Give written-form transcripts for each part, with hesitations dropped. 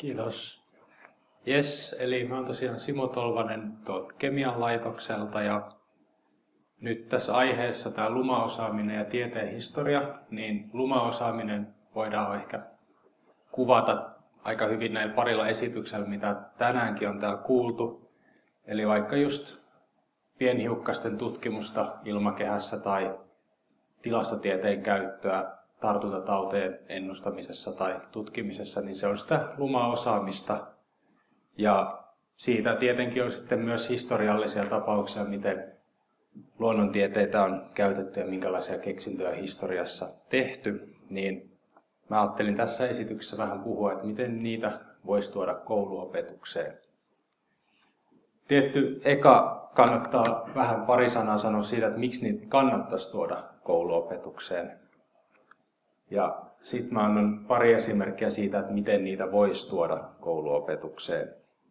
Kiitos. Jes, eli mä oon tosiaan Simo Tolvanen Kemian laitokselta ja nyt tässä aiheessa tämä lumaosaaminen ja tieteen historia, niin lumaosaaminen voidaan ehkä kuvata aika hyvin näillä parilla esityksellä, mitä tänäänkin on täällä kuultu. Eli vaikka just pienhiukkasten tutkimusta ilmakehässä tai tilastotieteen käyttöä tartuntatauteen ennustamisessa tai tutkimisessa, niin se on sitä lumaosaamista. Ja siitä tietenkin on sitten myös historiallisia tapauksia, miten luonnontieteitä on käytetty ja minkälaisia keksintöjä historiassa tehty. Niin mä ajattelin tässä esityksessä vähän puhua, että miten niitä voisi tuoda kouluopetukseen. Tietty eka kannattaa vähän pari sanaa sanoa siitä, että miksi niitä kannattaisi tuoda kouluopetukseen. Ja sitten mä annan pari esimerkkiä siitä, että miten niitä voisi tuoda kouluopetukseen.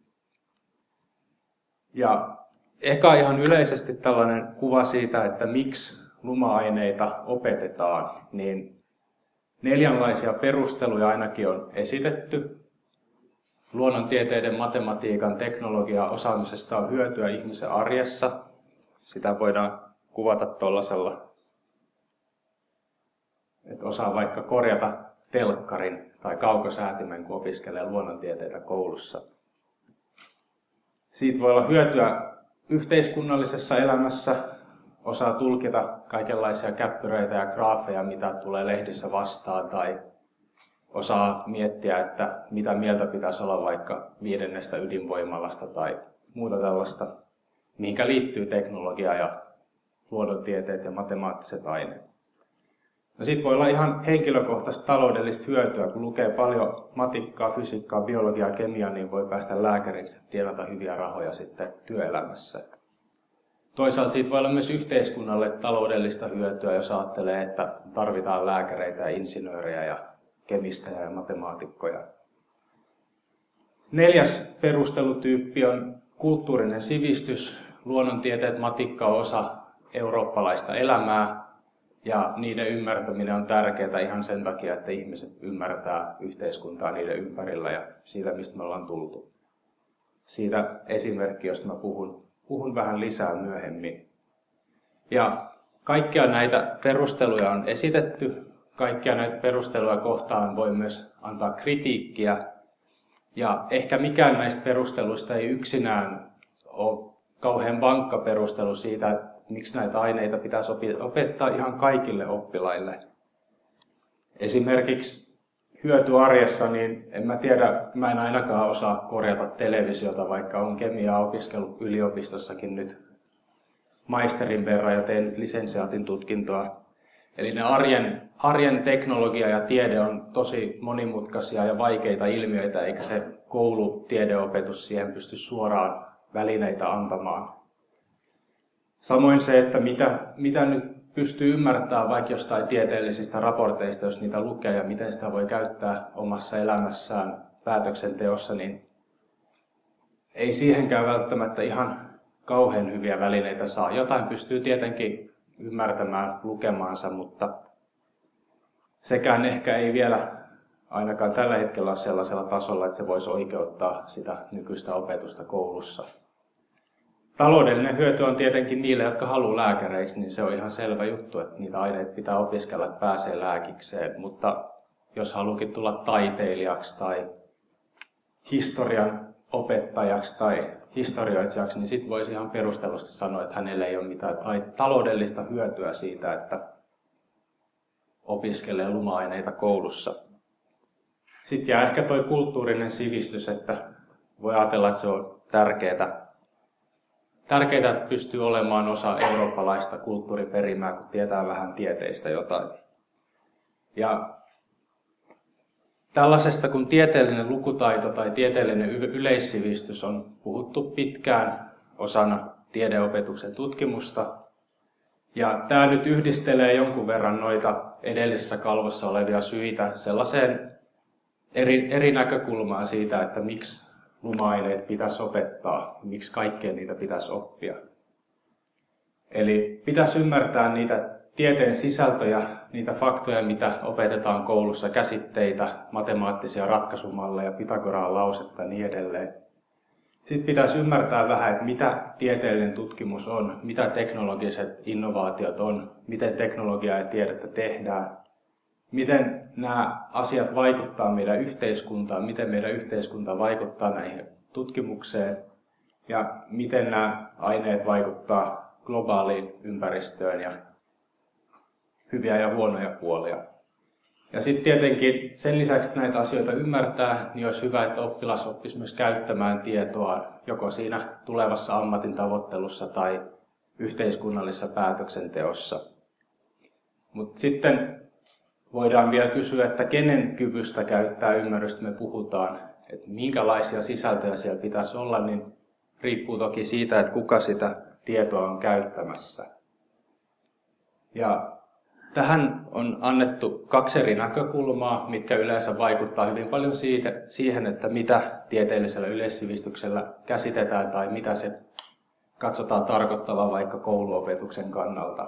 Ja eka ihan yleisesti tällainen kuva siitä, että miksi luma-aineita opetetaan, niin 4 perusteluja ainakin on esitetty. Luonnontieteiden, matematiikan, teknologian osaamisesta on hyötyä ihmisen arjessa. Sitä voidaan kuvata tuollaisella, että osaa vaikka korjata telkkarin tai kaukosäätimen, kun opiskelee luonnontieteitä koulussa. Siitä voi olla hyötyä yhteiskunnallisessa elämässä, osaa tulkita kaikenlaisia käppyröitä ja graafeja, mitä tulee lehdissä vastaan, tai osaa miettiä, että mitä mieltä pitäisi olla vaikka 5. ydinvoimalasta tai muuta tällaista, mihinkä liittyy teknologia ja luonnontieteet ja matemaattiset aineet. No siitä voi olla ihan henkilökohtaista taloudellista hyötyä, kun lukee paljon matikkaa, fysiikkaa, biologiaa, kemiaa, niin voi päästä lääkäriksi ja tienata hyviä rahoja sitten työelämässä. Toisaalta siitä voi olla myös yhteiskunnalle taloudellista hyötyä, jos ajattelee, että tarvitaan lääkäreitä ja insinöörejä ja kemistejä ja matemaatikkoja. 4. perustelutyyppi on kulttuurinen sivistys. Luonnontieteet, matikka on osa eurooppalaista elämää. Ja niiden ymmärtäminen on tärkeää ihan sen takia, että ihmiset ymmärtää yhteiskuntaa niiden ympärillä ja siitä, mistä me ollaan tultu. Siitä esimerkki, josta mä puhun vähän lisää myöhemmin. Ja kaikkia näitä perusteluja on esitetty. Kaikkia näitä perusteluja kohtaan voi myös antaa kritiikkiä. Ja ehkä mikään näistä perusteluista ei yksinään ole kauhean vankka perustelu siitä, että miksi näitä aineita pitäisi opettaa ihan kaikille oppilaille. Esimerkiksi hyöty arjessa, niin en mä tiedä, mä en ainakaan osaa korjata televisiota, vaikka on kemiaa opiskellut yliopistossakin nyt maisterin verran ja teen nyt lisensiaatin tutkintoa. Eli ne arjen teknologia ja tiede on tosi monimutkaisia ja vaikeita ilmiöitä, eikä se koulutiedeopetus siihen pysty suoraan välineitä antamaan. Samoin se, että mitä nyt pystyy ymmärtämään vaikka jostain tieteellisistä raporteista, jos niitä lukee ja miten sitä voi käyttää omassa elämässään päätöksenteossa, niin ei siihenkään välttämättä ihan kauhean hyviä välineitä saa. Jotain pystyy tietenkin ymmärtämään lukemaansa, mutta sekään ehkä ei vielä ainakaan tällä hetkellä ole sellaisella tasolla, että se voisi oikeuttaa sitä nykyistä opetusta koulussa. Taloudellinen hyöty on tietenkin niille, jotka haluaa lääkäreiksi, niin se on ihan selvä juttu, että niitä aineita pitää opiskella, että pääsee lääkikseen. Mutta jos haluukin tulla taiteilijaksi tai historian opettajaksi tai historioitsijaksi, niin sitten voisi ihan perustellusti sanoa, että hänellä ei ole mitään taloudellista hyötyä siitä, että opiskelee luma-aineita koulussa. Sitten jää ehkä tuo kulttuurinen sivistys, että voi ajatella, että se on tärkeää, että pystyy olemaan osa eurooppalaista kulttuuriperimää, kun tietää vähän tieteistä jotain. Ja tällaisesta kun tieteellinen lukutaito tai tieteellinen yleissivistys on puhuttu pitkään osana tiedeopetuksen tutkimusta. Ja tämä nyt yhdistelee jonkun verran noita edellisessä kalvossa olevia syitä sellaiseen eri näkökulmaan siitä, että miksi luma-aineet pitäisi opettaa, miksi kaikkea niitä pitäisi oppia. Eli pitäisi ymmärtää niitä tieteen sisältöjä, niitä faktoja, mitä opetetaan koulussa, käsitteitä, matemaattisia ratkaisumalleja, Pythagoran lausetta ja niin edelleen. Sitten pitäisi ymmärtää vähän, että mitä tieteellinen tutkimus on, mitä teknologiset innovaatiot on, miten teknologiaa ja tiedettä tehdään, miten nämä asiat vaikuttaa meidän yhteiskuntaan, miten meidän yhteiskunta vaikuttaa näihin tutkimukseen ja miten nämä aineet vaikuttaa globaaliin ympäristöön ja hyviä ja huonoja puolia. Ja sitten tietenkin sen lisäksi, että näitä asioita ymmärtää, niin olisi hyvä, että oppilas oppisi myös käyttämään tietoa joko siinä tulevassa ammatin tavoittelussa tai yhteiskunnallisessa päätöksenteossa. Mutta sitten voidaan vielä kysyä, että kenen kyvystä käyttää ymmärrystä me puhutaan, että minkälaisia sisältöjä siellä pitäisi olla, niin riippuu toki siitä, että kuka sitä tietoa on käyttämässä. Ja tähän on annettu 2 eri näkökulmaa, mitkä yleensä vaikuttaa hyvin paljon siihen, että mitä tieteellisellä yleissivistyksellä käsitetään tai mitä se katsotaan tarkoittavan vaikka kouluopetuksen kannalta.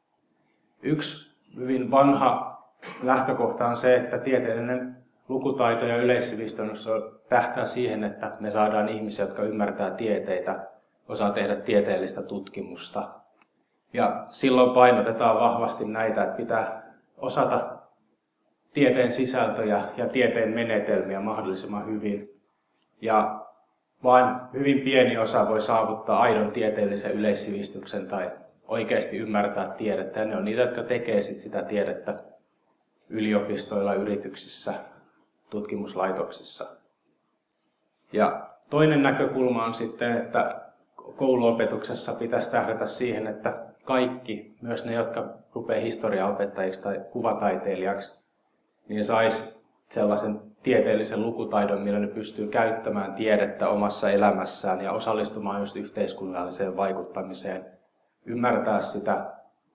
Yksi hyvin vanha lähtökohta on se, että tieteellinen lukutaito ja yleissivistys tähtää siihen, että me saadaan ihmisiä, jotka ymmärtää tieteitä, osaa tehdä tieteellistä tutkimusta. Ja silloin painotetaan vahvasti näitä, että pitää osata tieteen sisältöjä ja tieteen menetelmiä mahdollisimman hyvin. Ja vain hyvin pieni osa voi saavuttaa aidon tieteellisen yleissivistyksen tai oikeasti ymmärtää tiedettä. Ja ne on niitä, jotka tekee sitä tiedettä yliopistoilla, yrityksissä, tutkimuslaitoksissa. Ja toinen näkökulma on sitten, että kouluopetuksessa pitäisi tähdätä siihen, että kaikki, myös ne, jotka rupeaa historiaopettajiksi tai kuvataiteilijaksi, niin sais sellaisen tieteellisen lukutaidon, millä ne pystyy käyttämään tiedettä omassa elämässään ja osallistumaan just yhteiskunnalliseen vaikuttamiseen, ymmärtää sitä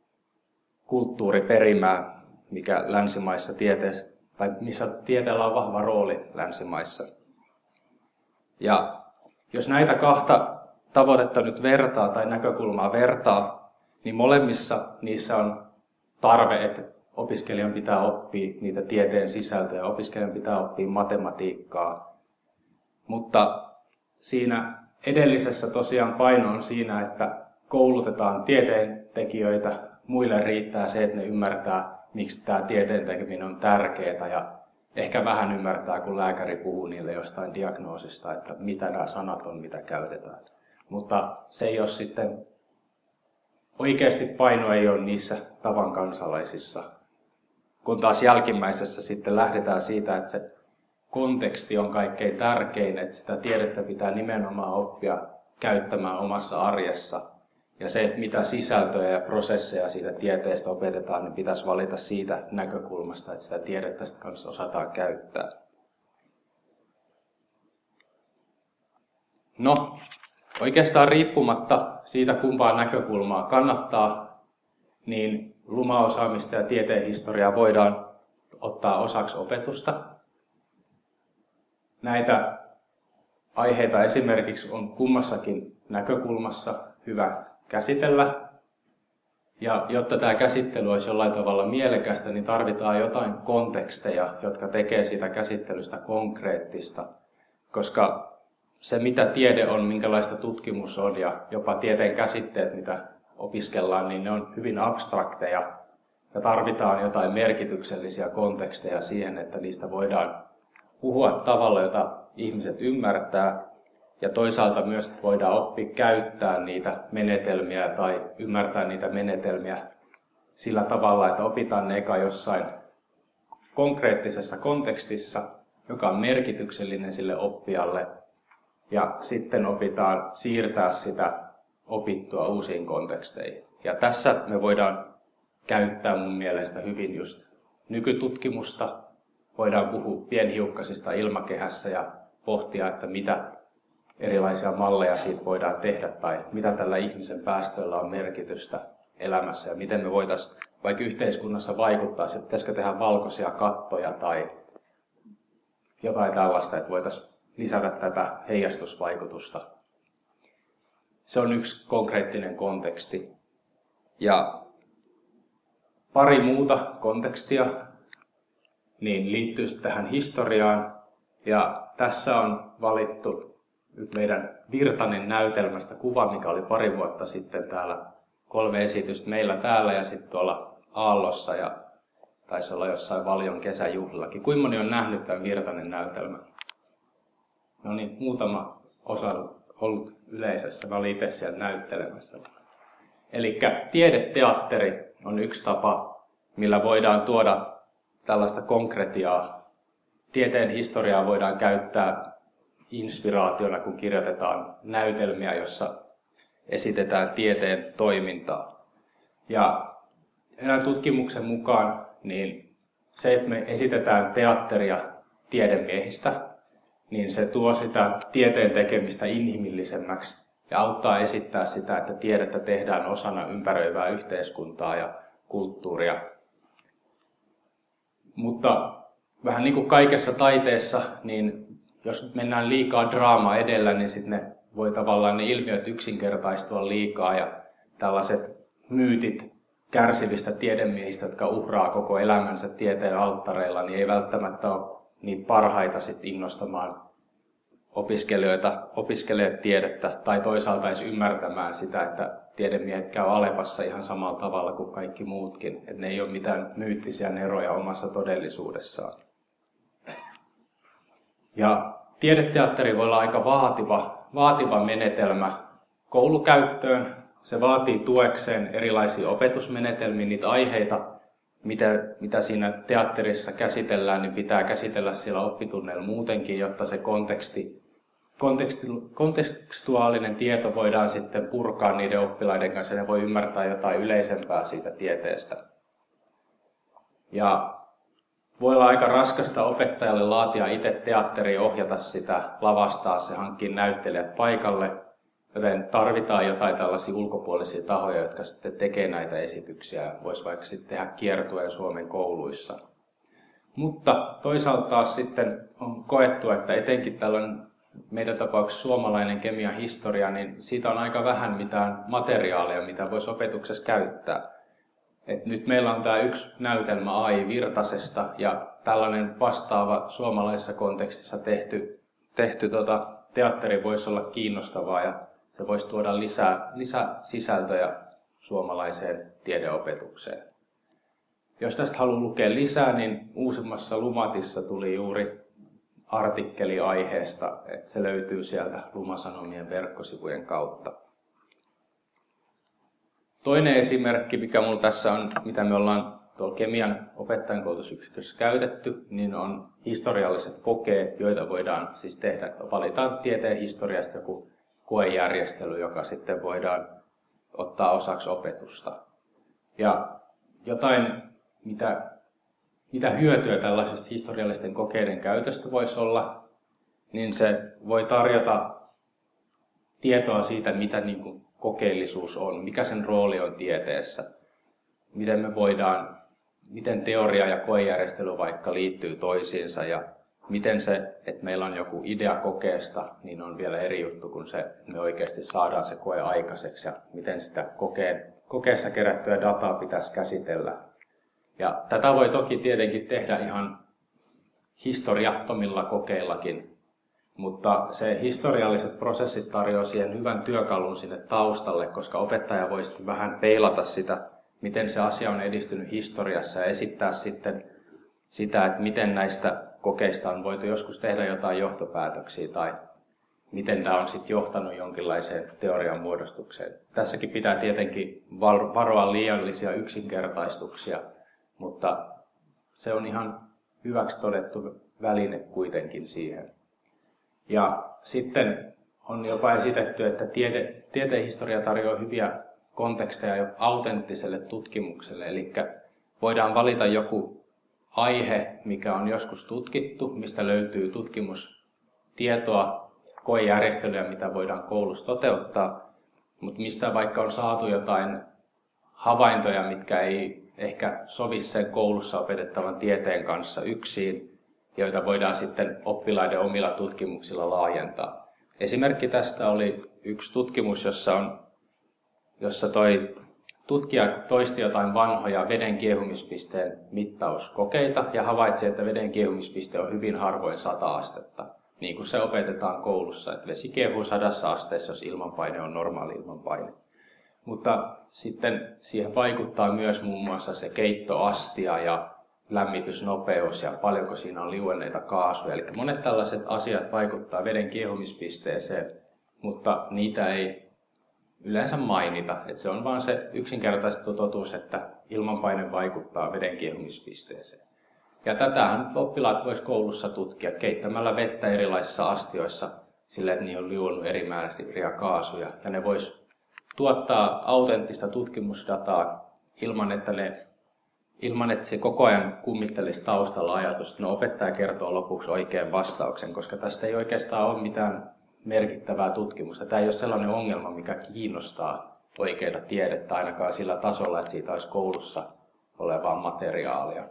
kulttuuriperimää, mikä länsimaissa tieteessä, tai missä tieteellä on vahva rooli länsimaissa. Ja jos näitä 2 tavoitetta nyt vertaa tai näkökulmaa vertaa, niin molemmissa niissä on tarve, että opiskelijan pitää oppia niitä tieteen sisältöjä, opiskelijan pitää oppia matematiikkaa. Mutta siinä edellisessä tosiaan paino on siinä, että koulutetaan tieteentekijöitä, muille riittää se, että ne ymmärtää, miksi tämä tieteen tekeminen on tärkeää ja ehkä vähän ymmärtää, kun lääkäri puhuu niille jostain diagnoosista, että mitä nämä sanat on, mitä käytetään. Mutta se ei ole sitten, oikeasti paino ei ole niissä tavan kansalaisissa. Kun taas jälkimmäisessä sitten lähdetään siitä, että se konteksti on kaikkein tärkein, että sitä tiedettä pitää nimenomaan oppia käyttämään omassa arjessa. Ja se, mitä sisältöjä ja prosesseja siitä tieteestä opetetaan, niin pitäisi valita siitä näkökulmasta, että sitä tiedettä sitten kanssa osataan käyttää. No, oikeastaan riippumatta siitä, kumpaa näkökulmaa kannattaa, niin lumaosaamista ja tieteen historiaa voidaan ottaa osaksi opetusta. Näitä aiheita esimerkiksi on kummassakin näkökulmassa hyvä käsitellä. Ja jotta tämä käsittely olisi jollain tavalla mielekästä, niin tarvitaan jotain konteksteja, jotka tekee siitä käsittelystä konkreettista. Koska se, mitä tiede on, minkälaista tutkimus on ja jopa tieteen käsitteet, mitä opiskellaan, niin ne on hyvin abstrakteja. Ja tarvitaan jotain merkityksellisiä konteksteja siihen, että niistä voidaan puhua tavalla, jota ihmiset ymmärtää. Ja toisaalta myös, että voidaan oppia käyttää niitä menetelmiä tai ymmärtää niitä menetelmiä sillä tavalla, että opitaan ne eka jossain konkreettisessa kontekstissa, joka on merkityksellinen sille oppijalle. Ja sitten opitaan siirtää sitä opittua uusiin konteksteihin. Ja tässä me voidaan käyttää mun mielestä hyvin just nykytutkimusta. Voidaan puhua pienhiukkasista ilmakehässä ja pohtia, että mitä erilaisia malleja siitä voidaan tehdä tai mitä tällä ihmisen päästöllä on merkitystä elämässä ja miten me voitaisiin vaikka yhteiskunnassa vaikuttaa, että pitäisikö tehdä valkoisia kattoja tai jotain tällaista, että voitaisiin lisätä tätä heijastusvaikutusta. Se on yksi konkreettinen konteksti. Ja pari muuta kontekstia niin liittyy tähän historiaan. Ja tässä on valittu nyt meidän Virtanen näytelmästä kuva, mikä oli pari vuotta sitten täällä. 3 esitystä meillä täällä ja sitten tuolla Aallossa ja taisi olla jossain Valjon kesäjuhlillakin. Kuinka moni on nähnyt tämän Virtanen näytelmän? No niin, muutama osa ollut yleisössä. Mä olin itse siellä näyttelemässä. Eli tiedeteatteri on yksi tapa, millä voidaan tuoda tällaista konkretiaa. Tieteen historiaa voidaan käyttää inspiraationa, kun kirjoitetaan näytelmiä, jossa esitetään tieteen toimintaa. Ja erään tutkimuksen mukaan niin se, että me esitetään teatteria tiedemiehistä, niin se tuo sitä tieteen tekemistä inhimillisemmäksi ja auttaa esittää sitä, että tiedettä tehdään osana ympäröivää yhteiskuntaa ja kulttuuria. Mutta vähän niin kuin kaikessa taiteessa, niin jos mennään liikaa draamaa edellä, niin sitten ne ilmiöt yksinkertaistua liikaa ja tällaiset myytit kärsivistä tiedemiehistä, jotka uhraa koko elämänsä tieteen alttareilla, niin ei välttämättä ole niitä parhaita sit innostamaan opiskelijat tiedettä tai toisaalta edes ymmärtämään sitä, että tiedemiehet käy Alepassa ihan samalla tavalla kuin kaikki muutkin, että ne ei ole mitään myyttisiä neroja omassa todellisuudessaan. Ja tiedeteatteri voi olla aika vaativa menetelmä koulukäyttöön. Se vaatii tuekseen erilaisia opetusmenetelmiä, niitä aiheita, mitä siinä teatterissa käsitellään, niin pitää käsitellä siellä oppitunneilla muutenkin, jotta se kontekstuaalinen tieto voidaan sitten purkaa niiden oppilaiden kanssa ja ne voi ymmärtää jotain yleisempää siitä tieteestä. Ja voi olla aika raskasta opettajalle laatia itse teatteria, ohjata sitä, lavastaa se, hankkia näyttelijät paikalle, joten tarvitaan jotain tällaisia ulkopuolisia tahoja, jotka sitten tekee näitä esityksiä ja voisi vaikka sitten tehdä kiertueen Suomen kouluissa. Mutta toisaalta taas sitten on koettu, että etenkin tällainen meidän tapauksessa suomalainen kemian historia, niin siitä on aika vähän mitään materiaalia, mitä voisi opetuksessa käyttää. Et nyt meillä on tämä yksi näytelmä A.I. Virtasesta ja tällainen vastaava suomalaisessa kontekstissa tehty teatteri voisi olla kiinnostavaa ja se voisi tuoda lisää sisältöjä suomalaiseen tiedeopetukseen. Jos tästä haluaa lukea lisää, niin uusimmassa Lumatissa tuli juuri artikkeli aiheesta, että se löytyy sieltä Luma-sanomien verkkosivujen kautta. Toinen esimerkki, mikä minulla tässä on, mitä me ollaan tuolla kemian opettajankoulutusyksikössä käytetty, niin on historialliset kokeet, joita voidaan siis tehdä. Valitaan tieteen historiasta joku koejärjestely, joka sitten voidaan ottaa osaksi opetusta. Ja jotain, mitä hyötyä tällaisesta historiallisten kokeiden käytöstä voisi olla, niin se voi tarjota tietoa siitä, mitä kokeellisuus on, mikä sen rooli on tieteessä, miten teoria ja koejärjestely vaikka liittyy toisiinsa ja miten se, että meillä on joku idea kokeesta, niin on vielä eri juttu kuin se, että me oikeasti saadaan se koe aikaiseksi ja miten sitä kokeessa kerättyä dataa pitäisi käsitellä. Ja tätä voi toki tietenkin tehdä ihan historiattomilla kokeillakin, mutta se historialliset prosessit tarjoaa siihen hyvän työkalun sinne taustalle, koska opettaja voi sitten vähän peilata sitä, miten se asia on edistynyt historiassa ja esittää sitten sitä, että miten näistä kokeista on voitu joskus tehdä jotain johtopäätöksiä tai miten tämä on sitten johtanut jonkinlaiseen teorian muodostukseen. Tässäkin pitää tietenkin varoa liiallisia yksinkertaistuksia, mutta se on ihan hyväksi todettu väline kuitenkin siihen. Ja sitten on jopa esitetty, että tieteenhistoria tarjoaa hyviä konteksteja jo autenttiselle tutkimukselle. Eli voidaan valita joku aihe, mikä on joskus tutkittu, mistä löytyy tutkimustietoa, koejärjestelyjä, mitä voidaan koulussa toteuttaa, mutta mistä vaikka on saatu jotain havaintoja, mitkä ei ehkä sovi sen koulussa opetettavan tieteen kanssa yksin, joita voidaan sitten oppilaiden omilla tutkimuksilla laajentaa. Esimerkki tästä oli yksi tutkimus, jossa toi tutkija toisti jotain vanhoja veden kiehumispisteen mittauskokeita ja havaitsi, että veden kiehumispiste on hyvin harvoin 100 astetta. Niin kuin se opetetaan koulussa, että vesi kiehuu 100 asteessa, jos ilmanpaine on normaali ilmanpaine. Mutta sitten siihen vaikuttaa myös muun muassa se keittoastia ja lämmitysnopeus ja paljonko siinä on liuenneita kaasuja. Eli monet tällaiset asiat vaikuttaa veden kiehumispisteeseen, mutta niitä ei yleensä mainita. Että se on vaan se yksinkertaistettu totuus, että ilmanpaine vaikuttaa veden kiehumispisteeseen. Ja tätähän oppilaat vois koulussa tutkia keittämällä vettä erilaisissa astioissa sillä, että niihin on liuennut erimääräisesti kaasuja. Ja ne vois tuottaa autenttista tutkimusdataa ilman, että se koko ajan kummittelisi taustalla ajatus, että opettaja kertoo lopuksi oikean vastauksen, koska tästä ei oikeastaan ole mitään merkittävää tutkimusta. Tämä ei ole sellainen ongelma, mikä kiinnostaa oikeaa tiedettä ainakaan sillä tasolla, että siitä olisi koulussa olevaa materiaalia.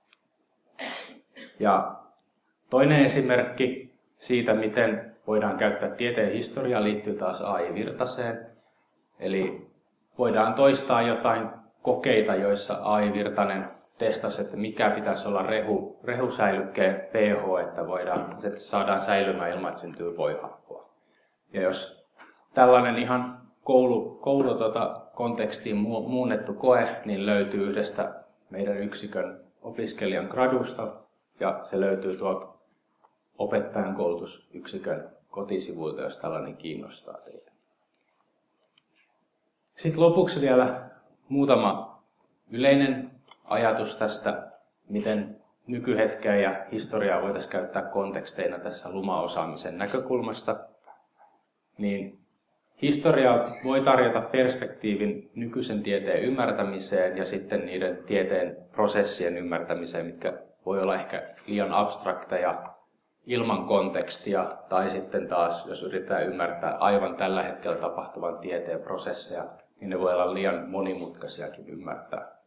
Ja toinen esimerkki siitä, miten voidaan käyttää tieteen historiaa, liittyy taas A.I. Virtaseen. Eli voidaan toistaa jotain kokeita, joissa A.I. Virtanen testasi, että mikä pitäisi olla rehusäilykkeen pH, että saadaan säilymään ilman, että syntyy voihappoa. Ja jos tällainen ihan kontekstiin muunnettu koe, niin löytyy yhdestä meidän yksikön opiskelijan gradusta, ja se löytyy tuolta opettajan koulutusyksikön kotisivuilta, jos tällainen kiinnostaa teitä. Sitten lopuksi vielä muutama yleinen ajatus tästä, miten nykyhetkeä ja historiaa voitaisiin käyttää konteksteina tässä LUMA-osaamisen näkökulmasta. Niin historia voi tarjota perspektiivin nykyisen tieteen ymmärtämiseen ja sitten niiden tieteen prosessien ymmärtämiseen, mitkä voi olla ehkä liian abstrakteja ilman kontekstia, tai sitten taas, jos yritetään ymmärtää aivan tällä hetkellä tapahtuvan tieteen prosesseja, niin ne voi olla liian monimutkaisiakin ymmärtää.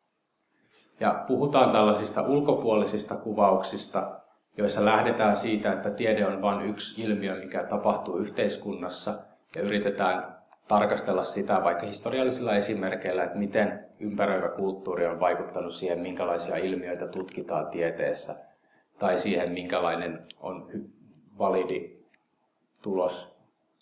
Ja puhutaan tällaisista ulkopuolisista kuvauksista, joissa lähdetään siitä, että tiede on vain yksi ilmiö, mikä tapahtuu yhteiskunnassa, ja yritetään tarkastella sitä vaikka historiallisilla esimerkkeillä, että miten ympäröivä kulttuuri on vaikuttanut siihen, minkälaisia ilmiöitä tutkitaan tieteessä, tai siihen, minkälainen on validi tulos.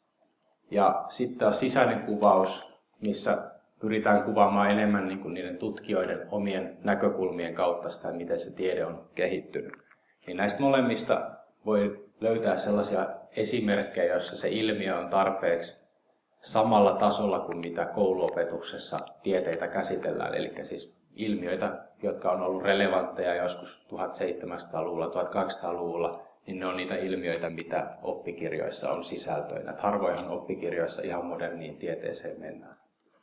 Ja sitten taas sisäinen kuvaus, missä pyritään kuvaamaan enemmän niin kuin niiden tutkijoiden omien näkökulmien kautta sitä, miten se tiede on kehittynyt. Niin näistä molemmista voi löytää sellaisia esimerkkejä, joissa se ilmiö on tarpeeksi samalla tasolla kuin mitä kouluopetuksessa tieteitä käsitellään. Eli siis ilmiöitä, jotka on ollut relevantteja joskus 1700-luvulla, 1800-luvulla, niin ne on niitä ilmiöitä, mitä oppikirjoissa on sisältöinä. Harvoinhan oppikirjoissa ihan moderniin tieteeseen mennään.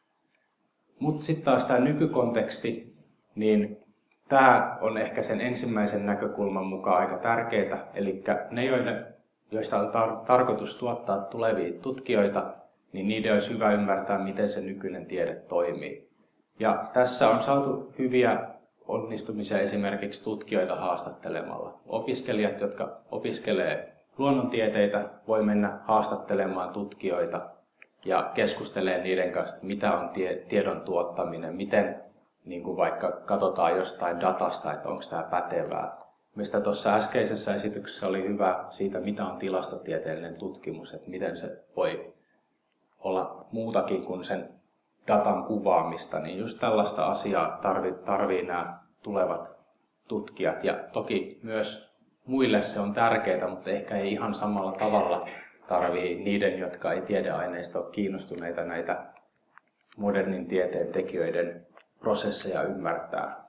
Mutta sitten taas tämä nykykonteksti, niin tämä on ehkä sen ensimmäisen näkökulman mukaan aika tärkeää. Eli ne, joista on tarkoitus tuottaa tulevia tutkijoita, niin niiden olisi hyvä ymmärtää, miten se nykyinen tiede toimii. Ja tässä on saatu hyviä onnistumisia esimerkiksi tutkijoita haastattelemalla. Opiskelijat, jotka opiskelee luonnontieteitä, voi mennä haastattelemaan tutkijoita ja keskustelemaan niiden kanssa, että mitä on tiedon tuottaminen, miten niin kuin vaikka katsotaan jostain datasta, että onko tämä pätevää. Mistä tuossa äskeisessä esityksessä oli hyvä siitä, mitä on tilastotieteellinen tutkimus, että miten se voi olla muutakin kuin sen datan kuvaamista, niin just tällaista asiaa tarvii nämä tulevat tutkijat. Ja toki myös muille se on tärkeää, mutta ehkä ei ihan samalla tavalla tarvii niiden, jotka ei tiedeaineista ole kiinnostuneita näitä modernin tieteen tekijöiden prosesseja ymmärtää.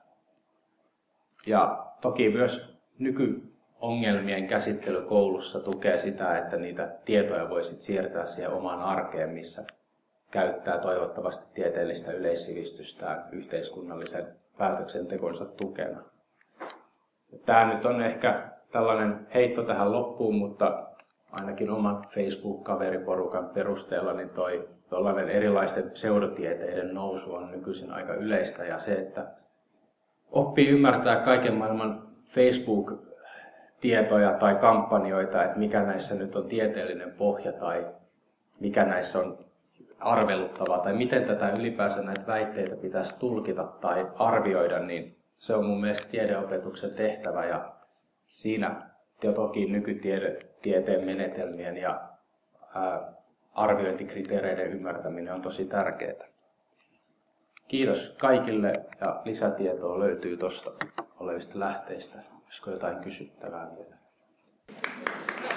Ja toki myös nykyongelmien käsittely koulussa tukee sitä, että niitä tietoja voisit siirtää siihen omaan arkeen, missä käyttää toivottavasti tieteellistä yleissivistystään yhteiskunnallisen päätöksentekonsa tukena. Tämä nyt on ehkä tällainen heitto tähän loppuun, mutta ainakin oman Facebook-kaveriporukan perusteella niin tuollainen erilaisten pseudotieteiden nousu on nykyisin aika yleistä. Ja se, että oppii ymmärtää kaiken maailman Facebook-tietoja tai kampanjoita, että mikä näissä nyt on tieteellinen pohja tai mikä näissä on arveluttavaa tai miten tätä ylipäänsä näitä väitteitä pitäisi tulkita tai arvioida, niin se on mun mielestä tiedeopetuksen tehtävä ja siinä jo toki nykytieteen menetelmien ja arviointikriteereiden ymmärtäminen on tosi tärkeää. Kiitos kaikille ja lisätietoa löytyy tuosta olevista lähteistä. Olisiko jotain kysyttävää vielä?